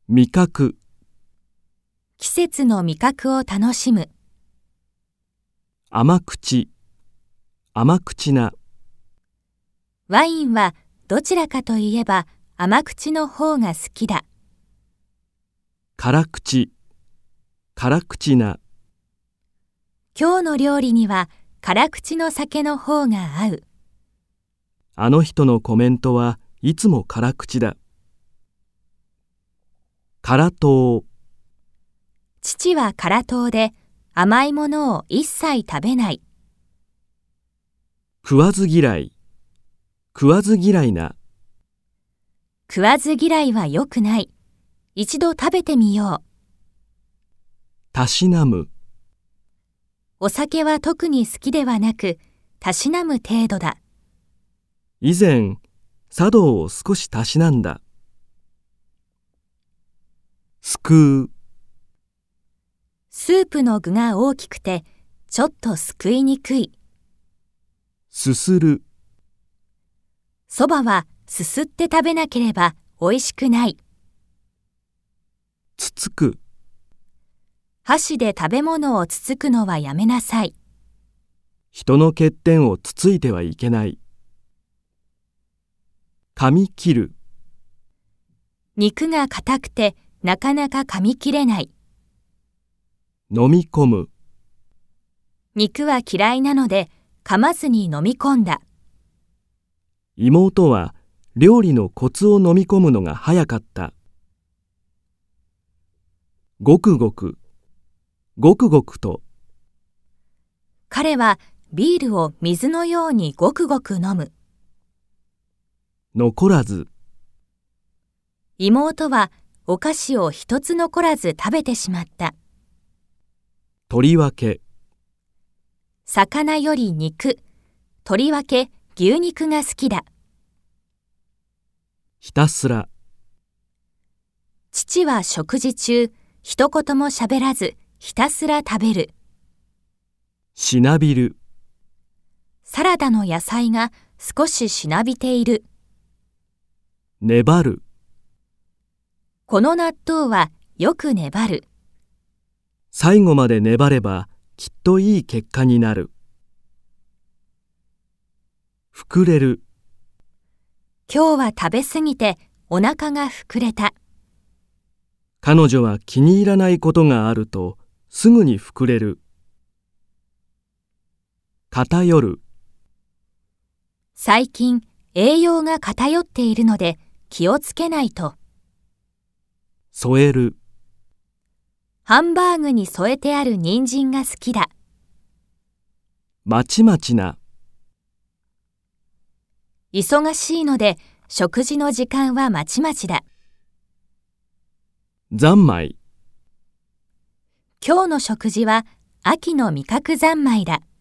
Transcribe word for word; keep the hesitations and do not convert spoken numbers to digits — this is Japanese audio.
味覚、 季節の味覚を楽しむ。 甘口、甘口な。 ワインはどちらかといえば甘口の方が好きだ。 辛口、辛口な。 今日の料理には辛口の酒の方が合う。 あの人のコメントはいつも辛口だ。辛党、 父は辛党で甘いものを一切食べない。 食わず嫌い、食わず嫌いな。 食わず嫌いは良くない。一度食べてみよう。 たしなむ、 お酒は特に好きではなく、たしなむ程度だ。 以前、茶道を少したしなんだ。すくう、 スープの具が大きくて、ちょっとすくいにくい。 すする、 そばはすすって食べなければおいしくない。 つつく、 箸で食べ物をつつくのはやめなさい。 人の欠点をつついてはいけない。噛み切る、 肉が硬くてなかなか噛み切れない。 飲み込む、 肉は嫌いなので噛まずに飲み込んだ。 妹は料理のコツを飲み込むのが早かった。ごくごく、ごくごくと。 彼はビールを水のようにごくごく飲む。 残らず、 妹はお菓子を一つ残らず食べてしまった。 とりわけ、 魚より肉、とりわけ牛肉が好きだ。 ひたすら、 父は食事中、一言も喋らず、ひたすら食べる。 しなびる、 サラダの野菜が少ししなびている。 粘る、 この納豆はよく粘る。 最後まで粘ればきっといい結果になる。膨れる、 今日は食べすぎてお腹が膨れた。 彼女は気に入らないことがあるとすぐに膨れる。偏る、 最近栄養が偏っているので気をつけないと。 添える、 ハンバーグに添えてある人参が好きだ。 まちまちな。 忙しいので食事の時間はまちまちだ。 三昧、 今日の食事は秋の味覚三昧だ。